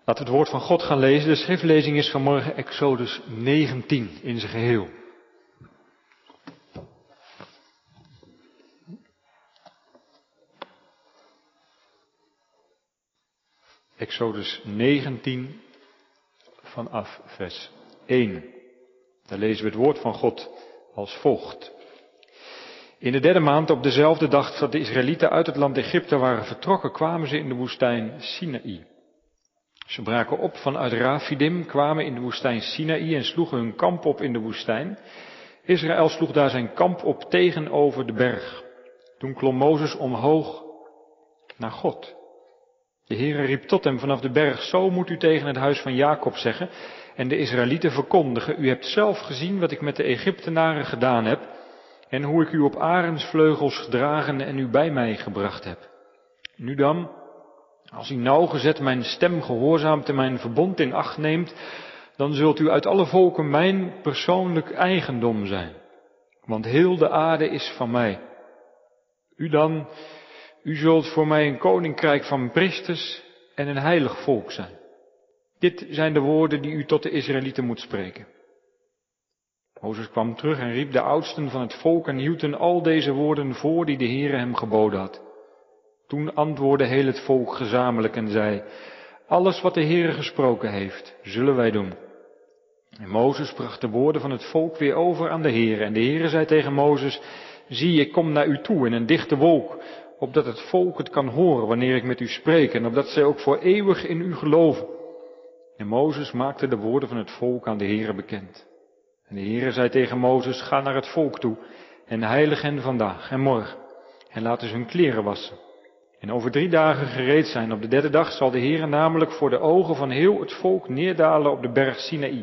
Laten we het woord van God gaan lezen. De schriftlezing is vanmorgen Exodus 19 in zijn geheel. Exodus 19 vanaf vers 1. Daar lezen we het woord van God als volgt. In de 3e maand, op dezelfde dag dat de Israëlieten uit het land Egypte waren vertrokken, kwamen ze in de woestijn Sinaï. Ze braken op vanuit Rafidim, kwamen in de woestijn Sinaï en sloegen hun kamp op in de woestijn. Israël sloeg daar zijn kamp op tegenover de berg. Toen klom Mozes omhoog naar God. De Heere riep tot hem vanaf de berg, zo moet u tegen het huis van Jacob zeggen en de Israëlieten verkondigen, u hebt zelf gezien wat ik met de Egyptenaren gedaan heb en hoe ik u op arendsvleugels gedragen en u bij mij gebracht heb. Nu dan, als u nauwgezet mijn stem gehoorzaamt en mijn verbond in acht neemt, dan zult u uit alle volken mijn persoonlijk eigendom zijn. Want heel de aarde is van mij. U zult voor mij een koninkrijk van priesters en een heilig volk zijn. Dit zijn de woorden die u tot de Israëlieten moet spreken. Mozes kwam terug en riep de oudsten van het volk en hield hen al deze woorden voor die de Heere hem geboden had. Toen antwoordde heel het volk gezamenlijk en zei, alles wat de Heere gesproken heeft, zullen wij doen. En Mozes bracht de woorden van het volk weer over aan de Heere. En de Heere zei tegen Mozes, zie, ik kom naar u toe in een dichte wolk, opdat het volk het kan horen wanneer ik met u spreek, en opdat zij ook voor eeuwig in u geloven. En Mozes maakte de woorden van het volk aan de Heere bekend. En de Heere zei tegen Mozes, ga naar het volk toe, en heilig hen vandaag en morgen, en laten ze hun kleren wassen. En over 3 dagen gereed zijn, op de 3e dag zal de Heere namelijk voor de ogen van heel het volk neerdalen op de berg Sinaï.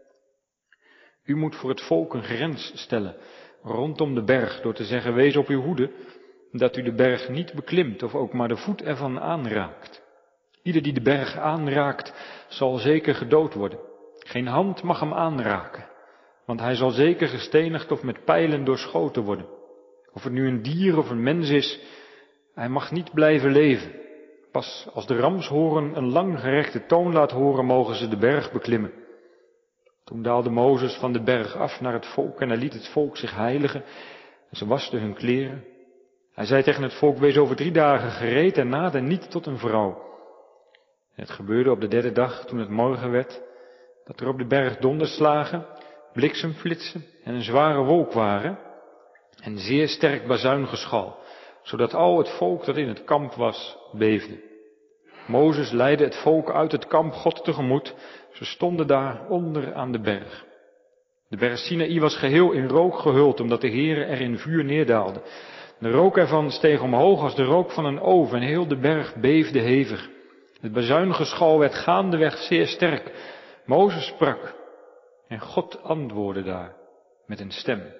U moet voor het volk een grens stellen, rondom de berg, door te zeggen, wees op uw hoede, dat u de berg niet beklimt of ook maar de voet ervan aanraakt. Ieder die de berg aanraakt, zal zeker gedood worden. Geen hand mag hem aanraken, want hij zal zeker gestenigd of met pijlen doorschoten worden. Of het nu een dier of een mens is, hij mag niet blijven leven. Pas als de ramshoorn een langgerekte toon laat horen, mogen ze de berg beklimmen. Toen daalde Mozes van de berg af naar het volk en hij liet het volk zich heiligen en ze wasten hun kleren. Hij zei tegen het volk, wees over 3 dagen gereed en nader niet tot een vrouw. En het gebeurde op de 3e dag, toen het morgen werd, dat er op de berg donderslagen, bliksemflitsen en een zware wolk waren en zeer sterk bazuingeschal, zodat al het volk dat in het kamp was, beefde. Mozes leidde het volk uit het kamp God tegemoet, ze stonden daar onder aan de berg. De berg Sinaï was geheel in rook gehuld, omdat de Heere er in vuur neerdaalde. De rook ervan steeg omhoog als de rook van een oven en heel de berg beefde hevig. Het bazuingeschal werd gaandeweg zeer sterk. Mozes sprak en God antwoordde daar met een stem.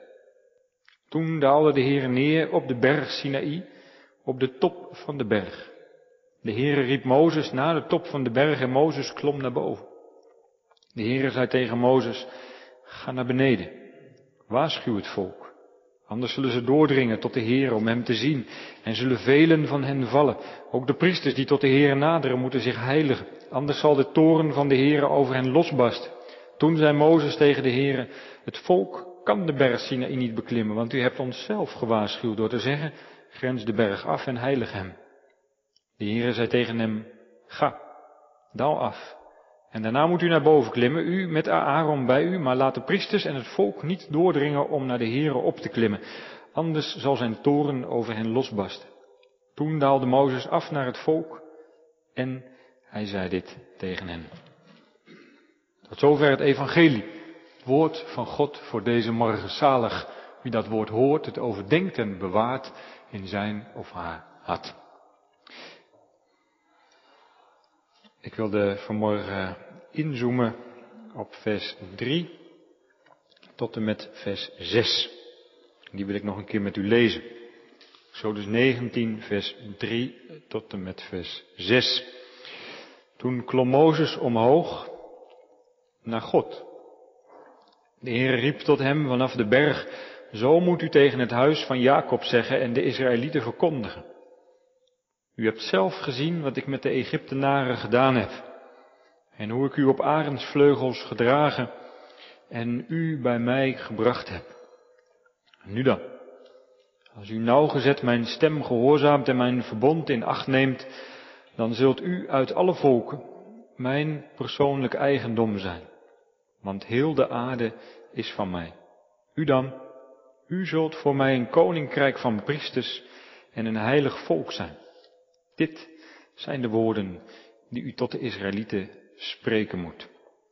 Toen daalde de Heere neer op de berg Sinaï, op de top van de berg. De Heere riep Mozes naar de top van de berg en Mozes klom naar boven. De Heere zei tegen Mozes, ga naar beneden, waarschuw het volk. Anders zullen ze doordringen tot de Heere om hem te zien en zullen velen van hen vallen. Ook de priesters die tot de Heere naderen moeten zich heiligen. Anders zal de toorn van de Heere over hen losbarsten. Toen zei Mozes tegen de Heere, het volk kan de berg Sinaï niet beklimmen, want u hebt ons zelf gewaarschuwd door te zeggen, grens de berg af en heilig hem. De Heere zei tegen hem, ga, daal af. En daarna moet u naar boven klimmen, u met Aaron bij u, maar laat de priesters en het volk niet doordringen om naar de Heere op te klimmen. Anders zal zijn toorn over hen losbarsten. Toen daalde Mozes af naar het volk en hij zei dit tegen hen. Tot zover het evangelie, het woord van God voor deze morgen. Zalig wie dat woord hoort, het overdenkt en bewaart in zijn of haar hart. Ik wilde vanmorgen inzoomen op vers 3 tot en met vers 6. Die wil ik nog een keer met u lezen. Exodus 19, vers 3 tot en met vers 6. Toen klom Mozes omhoog naar God. De Heer riep tot hem vanaf de berg, zo moet u tegen het huis van Jacob zeggen en de Israëlieten verkondigen. U hebt zelf gezien wat ik met de Egyptenaren gedaan heb En hoe ik u op arendsvleugels gedragen en u bij mij gebracht heb. Nu dan, als u nauwgezet mijn stem gehoorzaamt en mijn verbond in acht neemt, dan zult u uit alle volken mijn persoonlijk eigendom zijn. Want heel de aarde is van mij. U dan, u zult voor mij een koninkrijk van priesters en een heilig volk zijn. Dit zijn de woorden die u tot de Israëlieten spreken moet.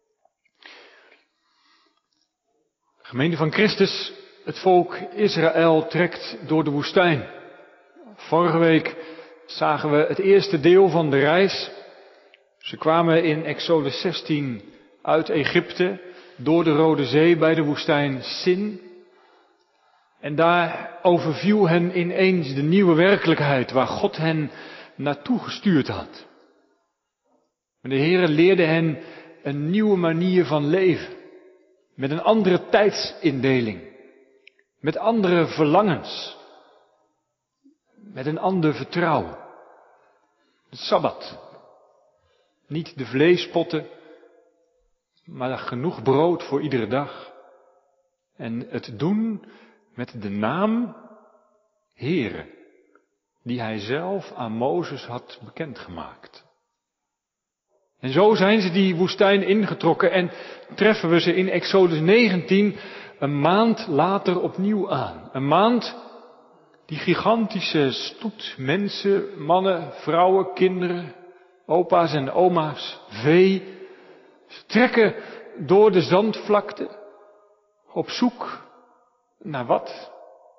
Gemeente van Christus, het volk Israël trekt door de woestijn. Vorige week zagen we het eerste deel van de reis. Ze kwamen in Exodus 16 uit Egypte, door de Rode Zee bij de woestijn Sin. En daar overviel hen ineens de nieuwe werkelijkheid waar God hen naartoe gestuurd had. De Heere leerde hen een nieuwe manier van leven, met een andere tijdsindeling, met andere verlangens, met een ander vertrouwen. De Sabbat, niet de vleespotten, maar genoeg brood voor iedere dag. En het doen met de naam Heere, die hij zelf aan Mozes had bekendgemaakt. En zo zijn ze die woestijn ingetrokken en treffen we ze in Exodus 19 een maand later opnieuw aan. Een maand die gigantische stoet mensen, mannen, vrouwen, kinderen, opa's en oma's, vee, ze trekken door de zandvlakte op zoek naar wat?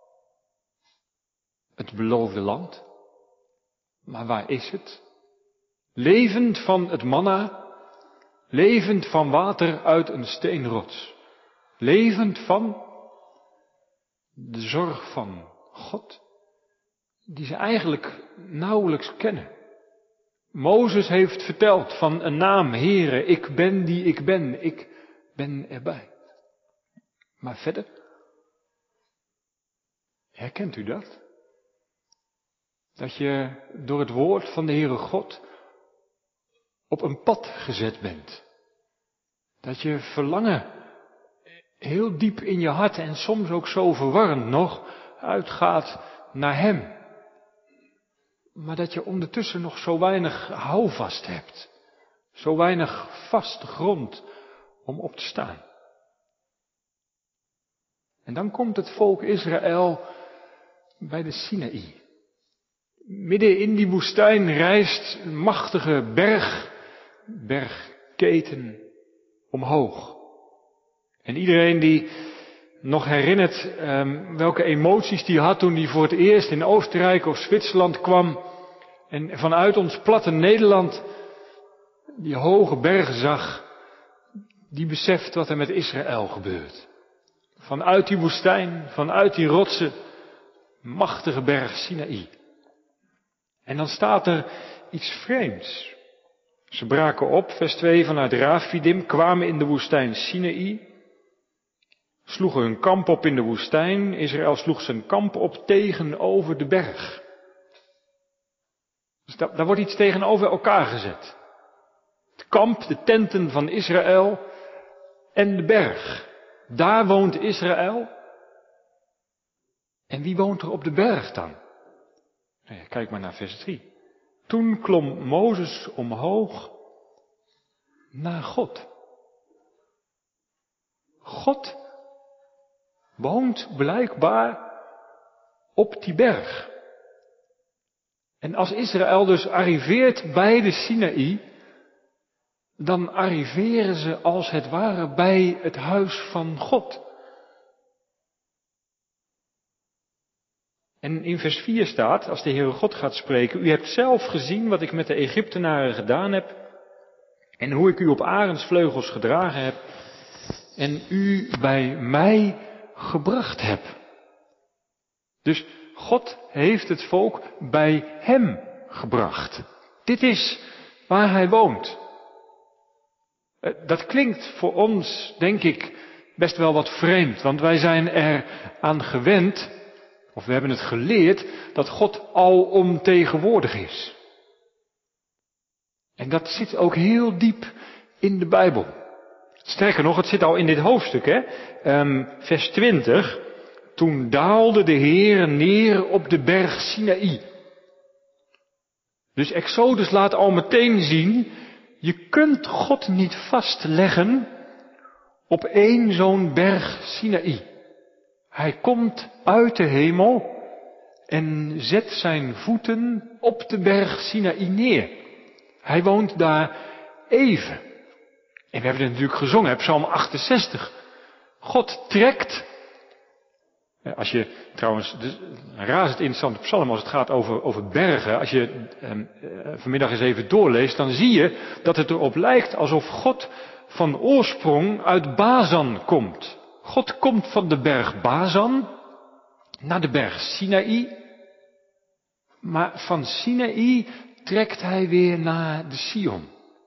Het beloofde land. Maar waar is het? Levend van het manna, levend van water uit een steenrots, levend van de zorg van God, die ze eigenlijk nauwelijks kennen. Mozes heeft verteld van een naam, Heere, ik ben die ik ben erbij. Maar verder, herkent u dat? Dat je door het woord van de Heere God op een pad gezet bent. Dat je verlangen heel diep in je hart en soms ook zo verwarrend nog uitgaat naar Hem. Maar dat je ondertussen nog zo weinig houvast hebt. Zo weinig vaste grond om op te staan. En dan komt het volk Israël bij de Sinaï. Midden in die woestijn rijst een machtige bergketen omhoog. En iedereen die nog herinnert welke emoties die had toen hij voor het eerst in Oostenrijk of Zwitserland kwam en vanuit ons platte Nederland die hoge bergen zag, die beseft wat er met Israël gebeurt. Vanuit die woestijn, vanuit die rotsen, machtige berg Sinaï. En dan staat er iets vreemds. Ze braken op, vers 2, vanuit Rafidim, kwamen in de woestijn Sinaï, sloegen hun kamp op in de woestijn. Israël sloeg zijn kamp op tegenover de berg. Dus daar wordt iets tegenover elkaar gezet. Het kamp, de tenten van Israël en de berg. Daar woont Israël. En wie woont er op de berg dan? Nou ja, kijk maar naar vers 3. Toen klom Mozes omhoog naar God. God woont blijkbaar op die berg. En als Israël dus arriveert bij de Sinaï, dan arriveren ze als het ware bij het huis van God. En in vers 4 staat, als de Heere God gaat spreken, u hebt zelf gezien wat ik met de Egyptenaren gedaan heb, en hoe ik u op arendsvleugels gedragen heb, en u bij mij gebracht heb. Dus God heeft het volk bij hem gebracht. Dit is waar hij woont. Dat klinkt voor ons, denk ik, best wel wat vreemd, want wij zijn er aan gewend, of we hebben het geleerd, dat God alomtegenwoordig is. En dat zit ook heel diep in de Bijbel. Sterker nog, het zit al in dit hoofdstuk, hè? Vers 20. Toen daalde de Heer neer op de berg Sinaï. Dus Exodus laat al meteen zien, je kunt God niet vastleggen op één zo'n berg Sinaï. Hij komt uit de hemel en zet zijn voeten op de berg Sinaï neer. Hij woont daar even. En we hebben het natuurlijk gezongen, Psalm 68. God trekt. Als je trouwens, een razend interessante psalm als het gaat over bergen. Als je vanmiddag eens even doorleest, dan zie je dat het erop lijkt alsof God van oorsprong uit Bazan komt. God komt van de berg Bazan naar de berg Sinaï. Maar van Sinaï trekt hij weer naar de Sion.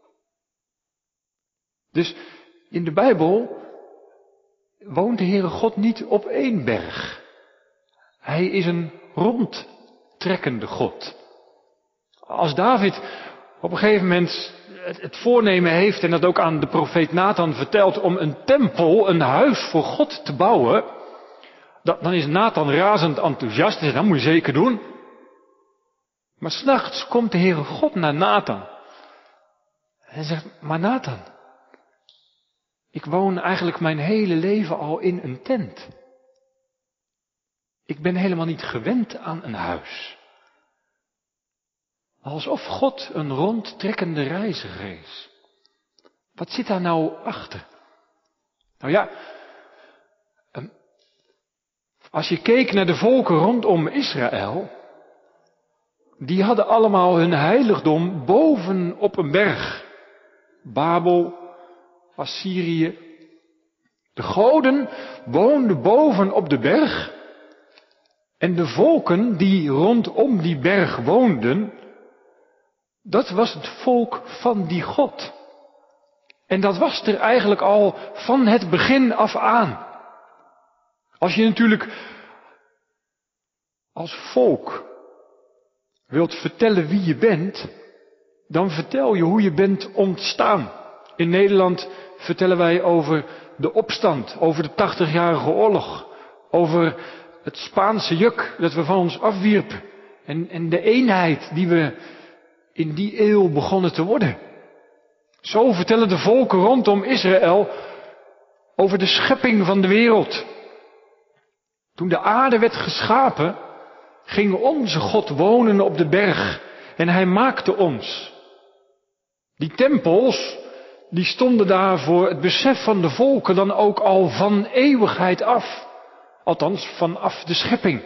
Dus in de Bijbel woont de Heere God niet op één berg. Hij is een rondtrekkende God. Als David op een gegeven moment het voornemen heeft en dat ook aan de profeet Nathan vertelt om een tempel, een huis voor God te bouwen, dan is Nathan razend enthousiast en dat moet je zeker doen. Maar 's nachts komt de Heere God naar Nathan en zegt, maar Nathan, ik woon eigenlijk mijn hele leven al in een tent. Ik ben helemaal niet gewend aan een huis. Alsof God een rondtrekkende reiziger is. Wat zit daar nou achter? Nou ja, als je keek naar de volken rondom Israël, die hadden allemaal hun heiligdom boven op een berg. Babel, Assyrië. De goden woonden boven op de berg. En de volken die rondom die berg woonden, dat was het volk van die God. En dat was er eigenlijk al van het begin af aan. Als je natuurlijk als volk wilt vertellen wie je bent, dan vertel je hoe je bent ontstaan. In Nederland vertellen wij over de opstand, over de 80-jarige oorlog, over het Spaanse juk dat we van ons afwierpen en de eenheid die we in die eeuw begonnen te worden. Zo vertellen de volken rondom Israël over de schepping van de wereld. Toen de aarde werd geschapen, ging onze God wonen op de berg en hij maakte ons. Die tempels, die stonden daar voor het besef van de volken dan ook al van eeuwigheid af. Althans, vanaf de schepping.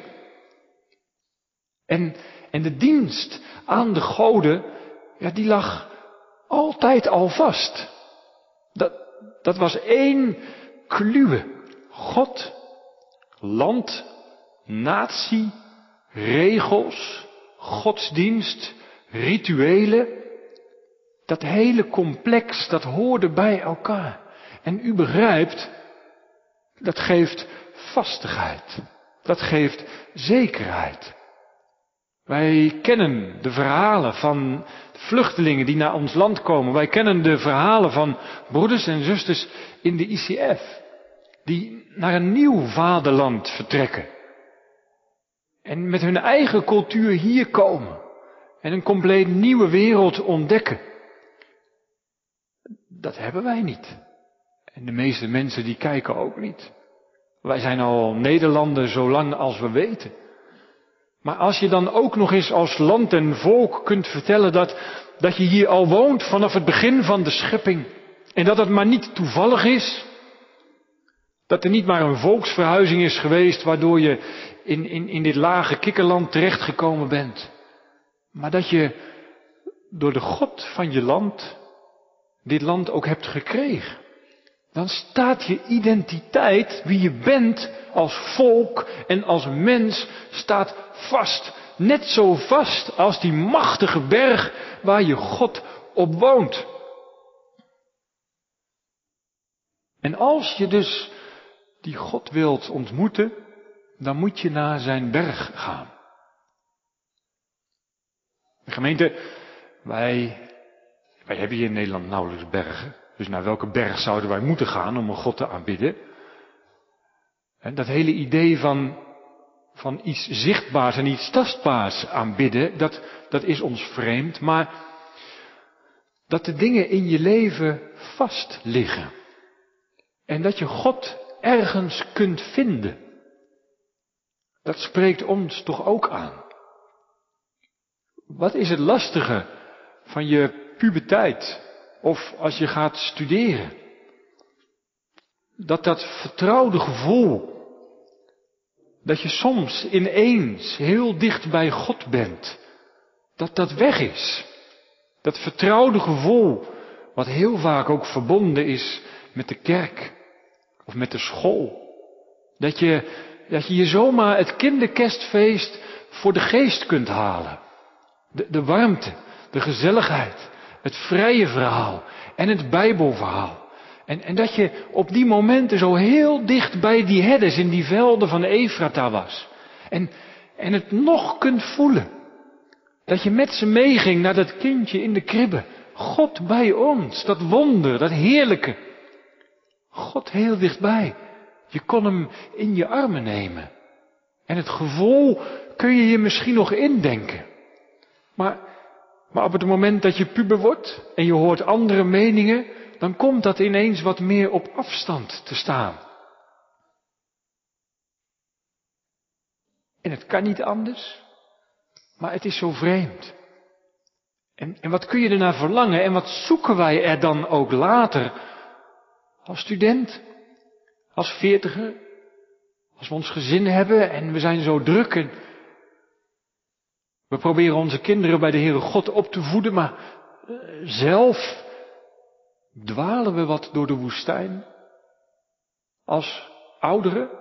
En de dienst aan de goden, ja, die lag altijd al vast. Dat was één kluwe. God, land, natie, regels, godsdienst, rituelen. Dat hele complex, dat hoorde bij elkaar. En u begrijpt, dat geeft vastigheid. Dat geeft zekerheid. Wij kennen de verhalen van vluchtelingen die naar ons land komen. Wij kennen de verhalen van broeders en zusters in de ICF. Die naar een nieuw vaderland vertrekken. En met hun eigen cultuur hier komen. En een compleet nieuwe wereld ontdekken. Dat hebben wij niet. En de meeste mensen die kijken ook niet. Wij zijn al Nederlander zo lang als we weten. Maar als je dan ook nog eens als land en volk kunt vertellen dat je hier al woont vanaf het begin van de schepping. En dat het maar niet toevallig is. Dat er niet maar een volksverhuizing is geweest waardoor je in dit lage kikkerland terechtgekomen bent. Maar dat je door de God van je land dit land ook hebt gekregen. Dan staat je identiteit, wie je bent als volk en als mens, staat vast. Net zo vast als die machtige berg waar je God op woont. En als je dus die God wilt ontmoeten, dan moet je naar zijn berg gaan. De gemeente, wij hebben Wij hebben hier in Nederland nauwelijks bergen. Dus naar welke berg zouden wij moeten gaan om een God te aanbidden? En dat hele idee van iets zichtbaars en iets tastbaars aanbidden, dat is ons vreemd. Maar dat de dingen in je leven vast liggen. En dat je God ergens kunt vinden. Dat spreekt ons toch ook aan. Wat is het lastige van je puberteit of als je gaat studeren? Dat vertrouwde gevoel, dat je soms ineens heel dicht bij God bent, dat weg is. Dat vertrouwde gevoel, wat heel vaak ook verbonden is met de kerk of met de school. Dat je zomaar het kinderkerstfeest voor de geest kunt halen. De warmte, de gezelligheid, het vrije verhaal en het Bijbelverhaal. En dat je op die momenten zo heel dicht bij die herders in die velden van Efrata was. En het nog kunt voelen. Dat je met ze meeging naar dat kindje in de kribbe. God bij ons, dat wonder, dat heerlijke. God heel dichtbij. Je kon hem in je armen nemen. En het gevoel kun je je misschien nog indenken. Maar op het moment dat je puber wordt en je hoort andere meningen, dan komt dat ineens wat meer op afstand te staan. En het kan niet anders, maar het is zo vreemd. En wat kun je ernaar verlangen en wat zoeken wij er dan ook later als student, als veertiger, als we ons gezin hebben en we zijn zo druk en we proberen onze kinderen bij de Heere God op te voeden, maar zelf dwalen we wat door de woestijn. Als ouderen,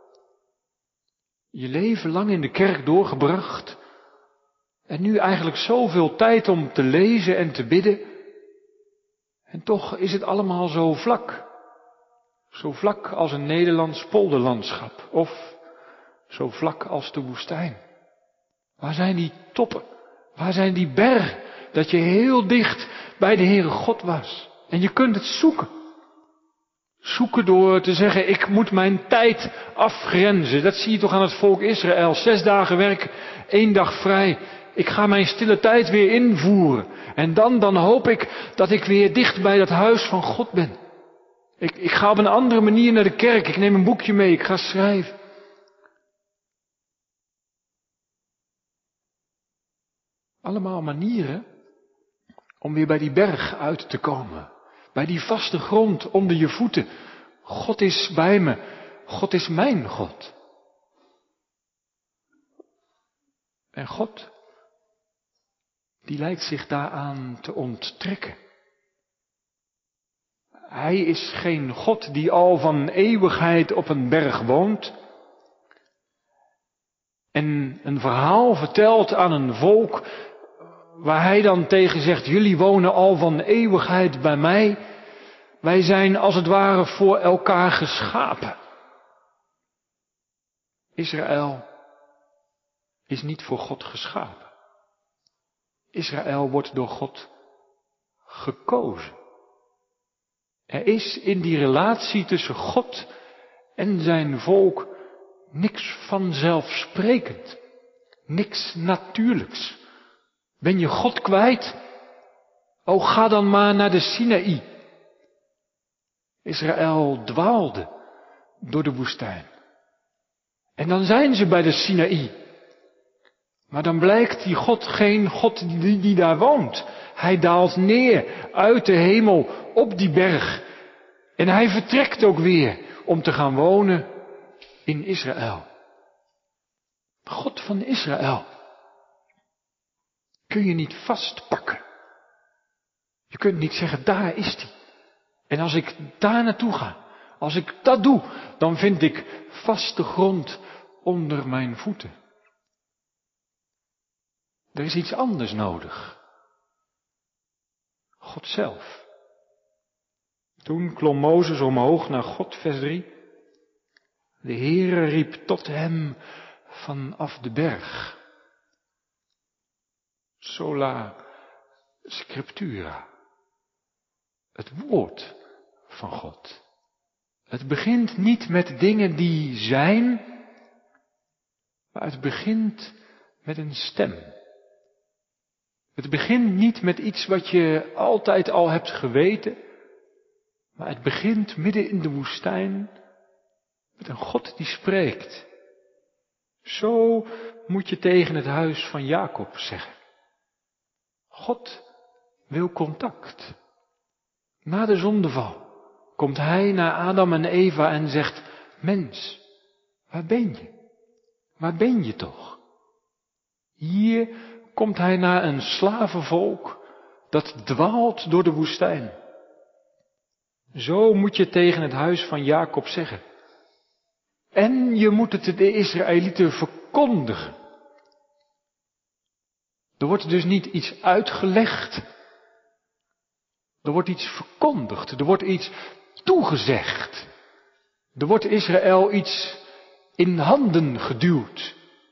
je leven lang in de kerk doorgebracht en nu eigenlijk zoveel tijd om te lezen en te bidden. En toch is het allemaal zo vlak. Zo vlak als een Nederlands polderlandschap of zo vlak als de woestijn. Waar zijn die toppen? Waar zijn die bergen? Dat je heel dicht bij de Heere God was. En je kunt het zoeken. Zoeken door te zeggen, ik moet mijn tijd afgrenzen. Dat zie je toch aan het volk Israël. 6 dagen werk, 1 dag vrij. Ik ga mijn stille tijd weer invoeren. En dan hoop ik dat ik weer dicht bij dat huis van God ben. Ik ga op een andere manier naar de kerk. Ik neem een boekje mee, ik ga schrijven. Allemaal manieren om weer bij die berg uit te komen. Bij die vaste grond onder je voeten. God is bij me. God is mijn God. En God, die lijkt zich daaraan te onttrekken. Hij is geen God die al van eeuwigheid op een berg woont. En een verhaal vertelt aan een volk waar hij dan tegen zegt, jullie wonen al van eeuwigheid bij mij. Wij zijn als het ware voor elkaar geschapen. Israël is niet voor God geschapen. Israël wordt door God gekozen. Er is in die relatie tussen God en zijn volk niks vanzelfsprekend. Niks natuurlijks. Ben je God kwijt? Oh, ga dan maar naar de Sinaï. Israël dwaalde door de woestijn. En dan zijn ze bij de Sinaï. Maar dan blijkt die God geen God die daar woont. Hij daalt neer uit de hemel op die berg. En hij vertrekt ook weer om te gaan wonen in Israël. God van Israël kun je niet vastpakken. Je kunt niet zeggen, daar is hij. En als ik daar naartoe ga, als ik dat doe, dan vind ik vaste grond onder mijn voeten. Er is iets anders nodig. God zelf. Toen klom Mozes omhoog naar God, vers 3. De Heere riep tot hem vanaf de berg. Sola Scriptura. het woord van God. Het begint niet met dingen die zijn, maar het begint met een stem. Het begint niet met iets wat je altijd al hebt geweten, maar het begint midden in de woestijn met een God die spreekt. Zo moet je tegen het huis van Jacob zeggen. God wil contact. Na de zondeval komt hij naar Adam en Eva en zegt, mens, waar ben je? Waar ben je toch? Hier komt hij naar een slavenvolk dat dwaalt door de woestijn. Zo moet je tegen het huis van Jacob zeggen. En je moet het de Israëlieten verkondigen. Er wordt dus niet iets uitgelegd. Er wordt iets verkondigd. Er wordt iets toegezegd. Er wordt Israël iets in handen geduwd.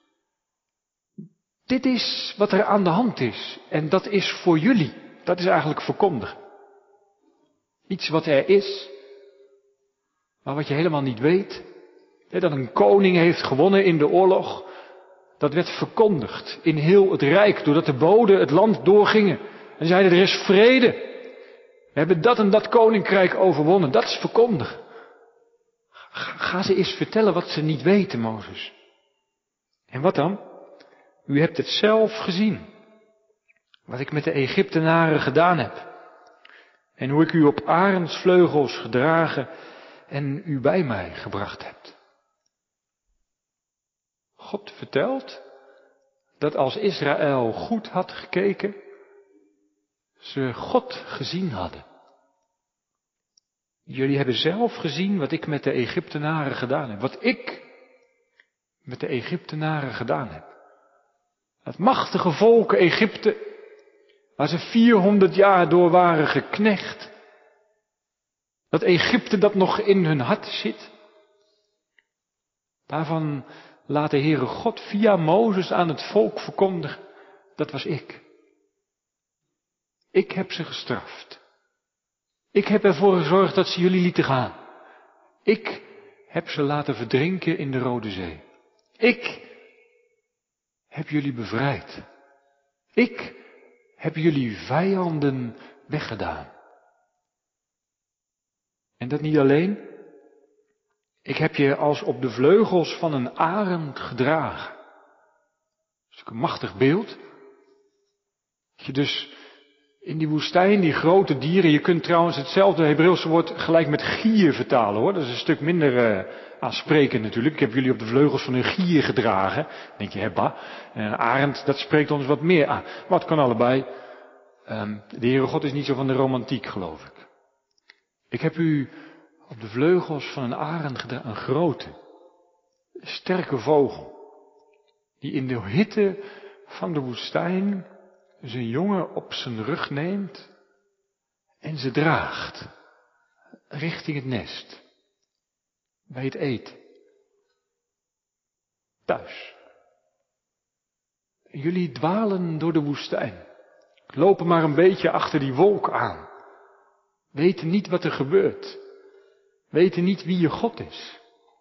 Dit is wat er aan de hand is. En dat is voor jullie. Dat is eigenlijk verkondigen. Iets wat er is, maar wat je helemaal niet weet. Dat een koning heeft gewonnen in de oorlog. Dat werd verkondigd in heel het rijk. Doordat de boden het land doorgingen. En zeiden er is vrede. We hebben dat en dat koninkrijk overwonnen. Dat is verkondigen. Ga ze eens vertellen wat ze niet weten, Mozes. En wat dan? U hebt het zelf gezien. Wat ik met de Egyptenaren gedaan heb. En hoe ik u op arendsvleugels gedragen en u bij mij gebracht hebt. God vertelt dat als Israël goed had gekeken, ze God gezien hadden. Jullie hebben zelf gezien wat ik met de Egyptenaren gedaan heb. Wat ik met de Egyptenaren gedaan heb. Het machtige volk Egypte, waar ze 400 jaar door waren geknecht. Dat Egypte dat nog in hun hart zit. Daarvan laat de Heere God via Mozes aan het volk verkondigen. Dat was ik. Ik heb ze gestraft. Ik heb ervoor gezorgd dat ze jullie lieten gaan. Ik heb ze laten verdrinken in de Rode Zee. Ik heb jullie bevrijd. Ik heb jullie vijanden weggedaan. En dat niet alleen. Ik heb je als op de vleugels van een arend gedragen. Dat is een machtig beeld. Dat je dus in die woestijn, die grote dieren, je kunt trouwens hetzelfde Hebreeuwse woord gelijk met gier vertalen hoor. Dat is een stuk minder aansprekend natuurlijk. Ik heb jullie op de vleugels van een gier gedragen. Dan denk je, hebba. En een arend, dat spreekt ons wat meer aan. Maar het kan allebei. De Heere God is niet zo van de romantiek, geloof ik. Ik heb u op de vleugels van een arend gedragen, een grote, sterke vogel. Die in de hitte van de woestijn zijn jongen op zijn rug neemt en ze draagt richting het nest, bij het eten, thuis. En jullie dwalen door de woestijn, lopen maar een beetje achter die wolk aan, weten niet wat er gebeurt, weten niet wie je God is.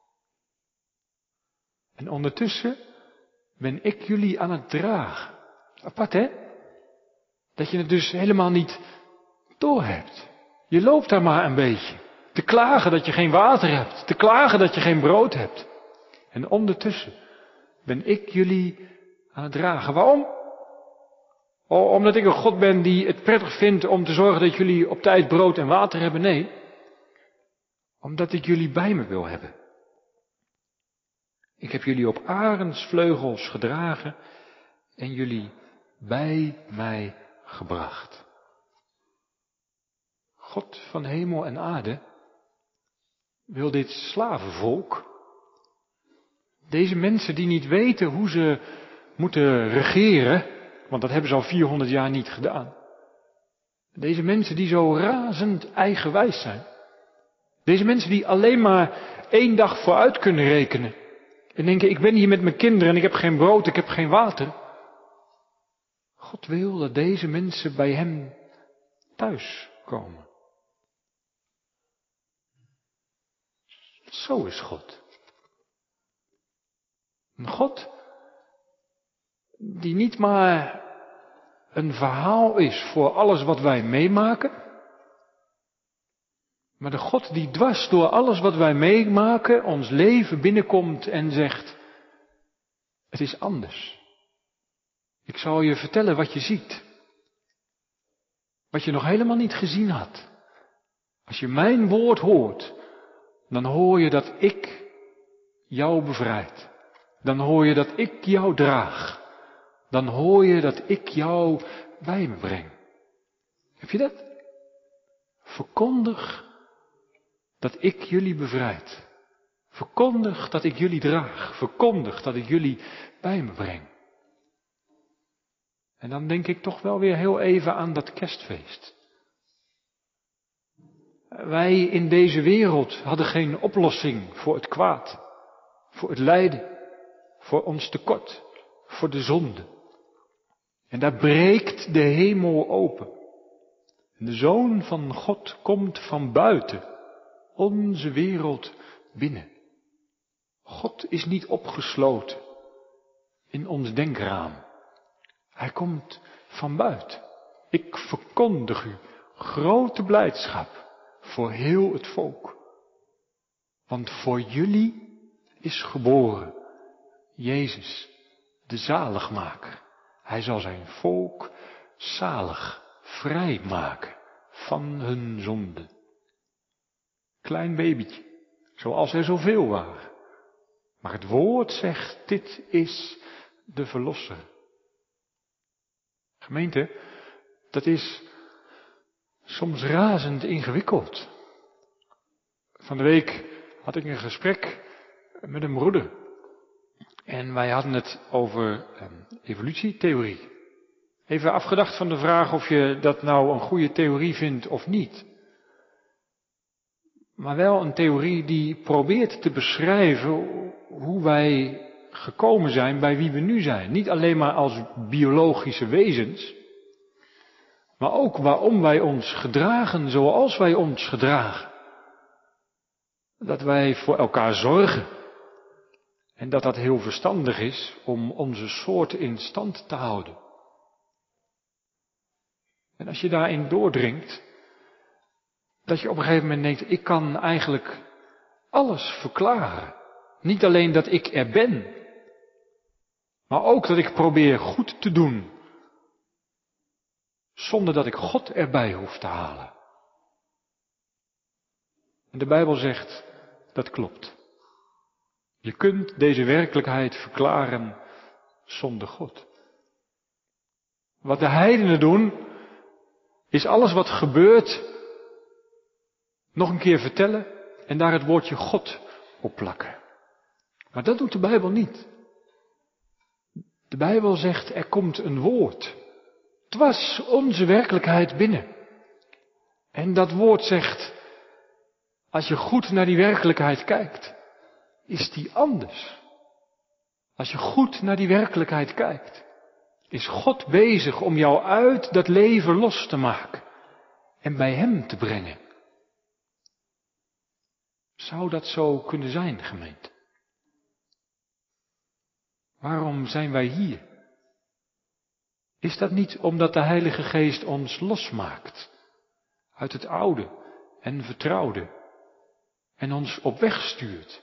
En ondertussen ben ik jullie aan het dragen. Apart hè? Dat je het dus helemaal niet doorhebt. Je loopt daar maar een beetje. Te klagen dat je geen water hebt. Te klagen dat je geen brood hebt. En ondertussen ben ik jullie aan het dragen. Waarom? Omdat ik een God ben die het prettig vindt om te zorgen dat jullie op tijd brood en water hebben? Nee. Omdat ik jullie bij me wil hebben. Ik heb jullie op arendsvleugels gedragen en jullie bij mij gebracht. God van hemel en aarde wil dit slavenvolk, deze mensen die niet weten hoe ze moeten regeren, want dat hebben ze al 400 jaar niet gedaan. Deze mensen die zo razend eigenwijs zijn. Deze mensen die alleen maar 1 dag vooruit kunnen rekenen. En denken, ik ben hier met mijn kinderen en ik heb geen brood, ik heb geen water. God wil dat deze mensen bij hem thuis komen. Zo is God. Een God die niet maar een verhaal is voor alles wat wij meemaken, maar de God die dwars door alles wat wij meemaken ons leven binnenkomt en zegt, het is anders. Ik zal je vertellen wat je ziet. Wat je nog helemaal niet gezien had. Als je mijn woord hoort, dan hoor je dat ik jou bevrijd. Dan hoor je dat ik jou draag. Dan hoor je dat ik jou bij me breng. Heb je dat? Verkondig dat ik jullie bevrijd. Verkondig dat ik jullie draag. Verkondig dat ik jullie bij me breng. En dan denk ik toch wel weer heel even aan dat kerstfeest. Wij in deze wereld hadden geen oplossing voor het kwaad, voor het lijden, voor ons tekort, voor de zonde. En daar breekt de hemel open. En de Zoon van God komt van buiten onze wereld binnen. God is niet opgesloten in ons denkraam. Hij komt van buiten. Ik verkondig u grote blijdschap voor heel het volk. Want voor jullie is geboren Jezus, de zaligmaker. Hij zal zijn volk zalig vrijmaken van hun zonde. Klein babytje, zoals er zoveel waren. Maar het woord zegt, dit is de verlosser. Gemeente, dat is soms razend ingewikkeld. Van de week had ik een gesprek met een broeder. En wij hadden het over evolutietheorie. Even afgedacht van de vraag of je dat nou een goede theorie vindt of niet. Maar wel een theorie die probeert te beschrijven hoe wij gekomen zijn bij wie we nu zijn. Niet alleen maar als biologische wezens, maar ook waarom wij ons gedragen zoals wij ons gedragen. Dat wij voor elkaar zorgen. En dat dat heel verstandig is om onze soort in stand te houden. En als je daarin doordringt, dat je op een gegeven moment denkt, ik kan eigenlijk alles verklaren. Niet alleen dat ik er ben, maar ook dat ik probeer goed te doen, zonder dat ik God erbij hoef te halen. En de Bijbel zegt, dat klopt. Je kunt deze werkelijkheid verklaren zonder God. Wat de heidenen doen, is alles wat gebeurt nog een keer vertellen en daar het woordje God op plakken. Maar dat doet de Bijbel niet. De Bijbel zegt, er komt een woord. Dwars onze werkelijkheid binnen. En dat woord zegt, als je goed naar die werkelijkheid kijkt, is die anders. Als je goed naar die werkelijkheid kijkt, is God bezig om jou uit dat leven los te maken en bij Hem te brengen. Zou dat zo kunnen zijn, gemeente? Waarom zijn wij hier? Is dat niet omdat de Heilige Geest ons losmaakt uit het oude en vertrouwde en ons op weg stuurt?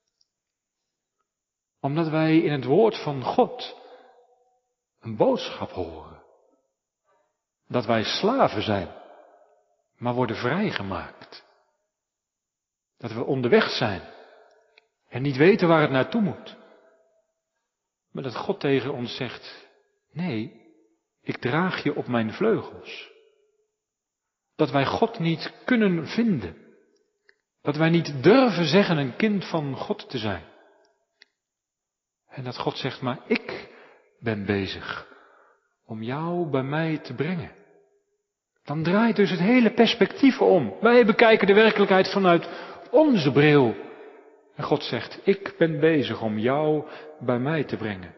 Omdat wij in het woord van God een boodschap horen. Dat wij slaven zijn, maar worden vrijgemaakt. Dat we onderweg zijn en niet weten waar het naartoe moet. Maar dat God tegen ons zegt, nee, ik draag je op mijn vleugels. Dat wij God niet kunnen vinden. Dat wij niet durven zeggen een kind van God te zijn. En dat God zegt, maar ik ben bezig om jou bij mij te brengen. Dan draait dus het hele perspectief om. Wij bekijken de werkelijkheid vanuit onze bril. En God zegt, ik ben bezig om jou bij mij te brengen.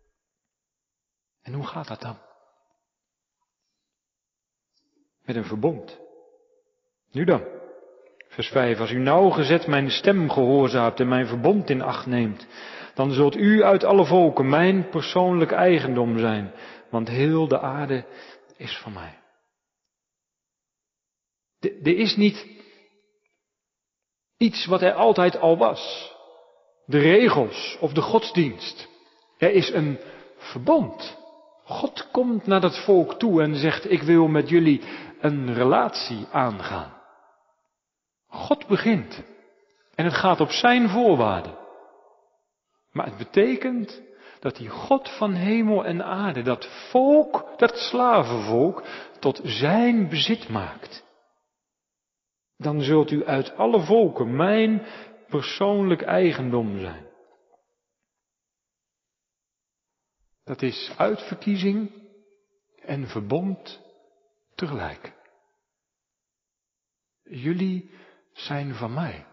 En hoe gaat dat dan? Met een verbond. Nu dan, Vers 5. Als u nauwgezet mijn stem gehoorzaamt en mijn verbond in acht neemt, dan zult u uit alle volken mijn persoonlijk eigendom zijn, want heel de aarde is van mij. Er is niet iets wat er altijd al was. De regels of de godsdienst. Er is een verbond. God komt naar dat volk toe en zegt, ik wil met jullie een relatie aangaan. God begint. En het gaat op zijn voorwaarden. Maar het betekent dat die God van hemel en aarde, dat volk, dat slavenvolk, tot zijn bezit maakt. Dan zult u uit alle volken mijn persoonlijk eigendom zijn. Dat is uitverkiezing en verbond tegelijk. Jullie zijn van mij.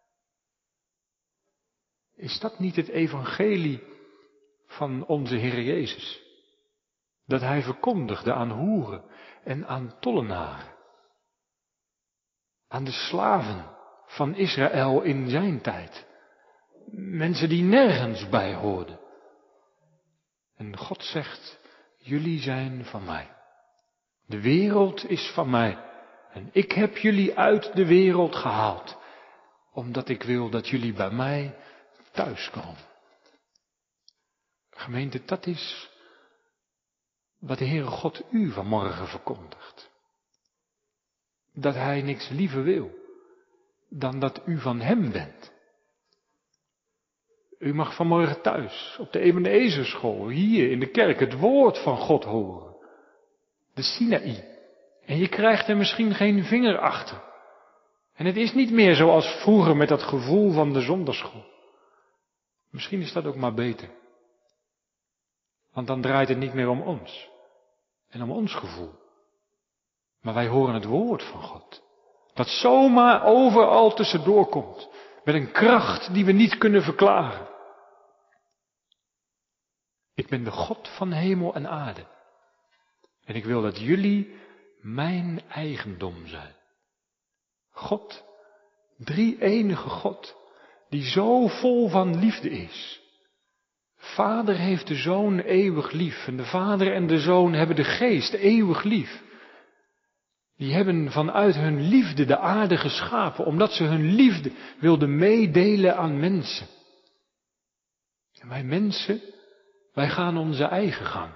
Is dat niet het evangelie van onze Heer Jezus? Dat hij verkondigde aan hoeren en aan tollenaren. Aan de slaven van Israël in zijn tijd. Mensen die nergens bij hoorden. En God zegt, jullie zijn van mij. De wereld is van mij. En ik heb jullie uit de wereld gehaald. Omdat ik wil dat jullie bij mij thuiskomen. Gemeente, dat is wat de Heere God u vanmorgen verkondigt. Dat hij niks liever wil dan dat u van hem bent. U mag vanmorgen thuis op de Ebenezerschool, hier in de kerk, het woord van God horen. De Sinaï. En je krijgt er misschien geen vinger achter. En het is niet meer zoals vroeger met dat gevoel van de zondagschool. Misschien is dat ook maar beter. Want dan draait het niet meer om ons. En om ons gevoel. Maar wij horen het woord van God. Dat zomaar overal tussendoor komt. Met een kracht die we niet kunnen verklaren. Ik ben de God van hemel en aarde. En ik wil dat jullie mijn eigendom zijn. God, drie-enige God, die zo vol van liefde is. Vader heeft de Zoon eeuwig lief. En de Vader en de Zoon hebben de Geest eeuwig lief. Die hebben vanuit hun liefde de aarde geschapen, omdat ze hun liefde wilden meedelen aan mensen. En wij mensen, wij gaan onze eigen gang.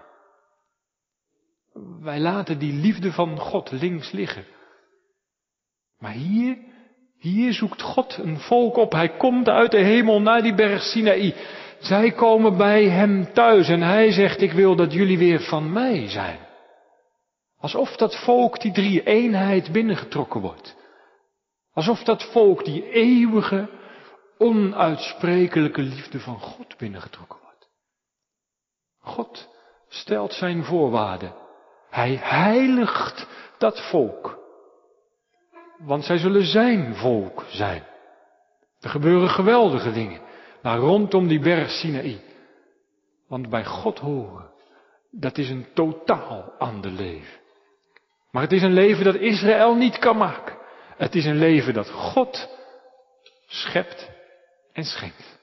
Wij laten die liefde van God links liggen. Maar hier zoekt God een volk op. Hij komt uit de hemel naar die berg Sinaï. Zij komen bij hem thuis en hij zegt, ik wil dat jullie weer van mij zijn. Alsof dat volk die drie-eenheid binnengetrokken wordt. Alsof dat volk die eeuwige, onuitsprekelijke liefde van God binnengetrokken wordt. God stelt zijn voorwaarden. Hij heiligt dat volk. Want zij zullen zijn volk zijn. Er gebeuren geweldige dingen. Daar rondom die berg Sinaï. Want bij God horen, dat is een totaal ander leven. Maar het is een leven dat Israël niet kan maken. Het is een leven dat God schept en schenkt.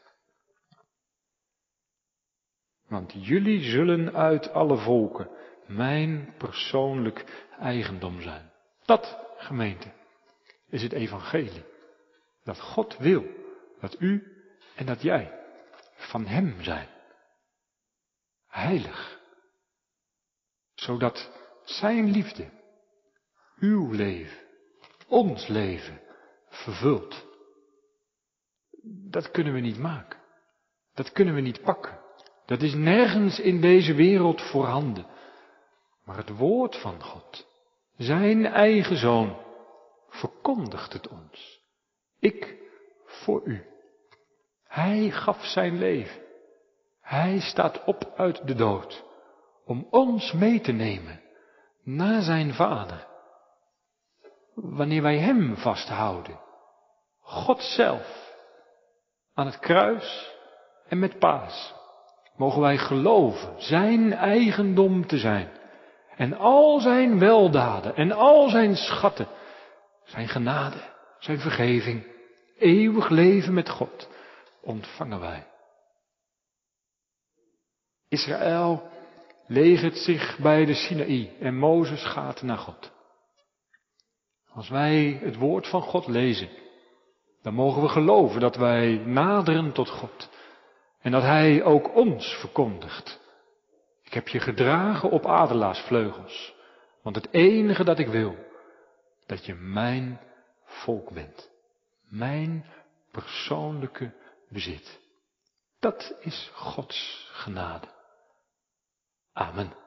Want jullie zullen uit alle volken mijn persoonlijk eigendom zijn. Dat, gemeente, is het evangelie. Dat God wil dat u en dat jij van hem zijn. Heilig. Zodat zijn liefde uw leven, ons leven, vervult. Dat kunnen we niet maken. Dat kunnen we niet pakken. Dat is nergens in deze wereld voorhanden. Maar het woord van God, zijn eigen Zoon, verkondigt het ons. Ik voor u. Hij gaf zijn leven. Hij staat op uit de dood. Om ons mee te nemen naar zijn Vader. Wanneer wij hem vasthouden. God zelf. Aan het kruis en met Paas. Mogen wij geloven zijn eigendom te zijn. En al zijn weldaden en al zijn schatten. Zijn genade, zijn vergeving, eeuwig leven met God ontvangen wij. Israël legert zich bij de Sinaï en Mozes gaat naar God. Als wij het woord van God lezen, dan mogen we geloven dat wij naderen tot God en dat Hij ook ons verkondigt. Ik heb je gedragen op adelaarsvleugels, want het enige dat ik wil, dat je mijn volk bent. Mijn persoonlijke bezit. Dat is Gods genade. Amen.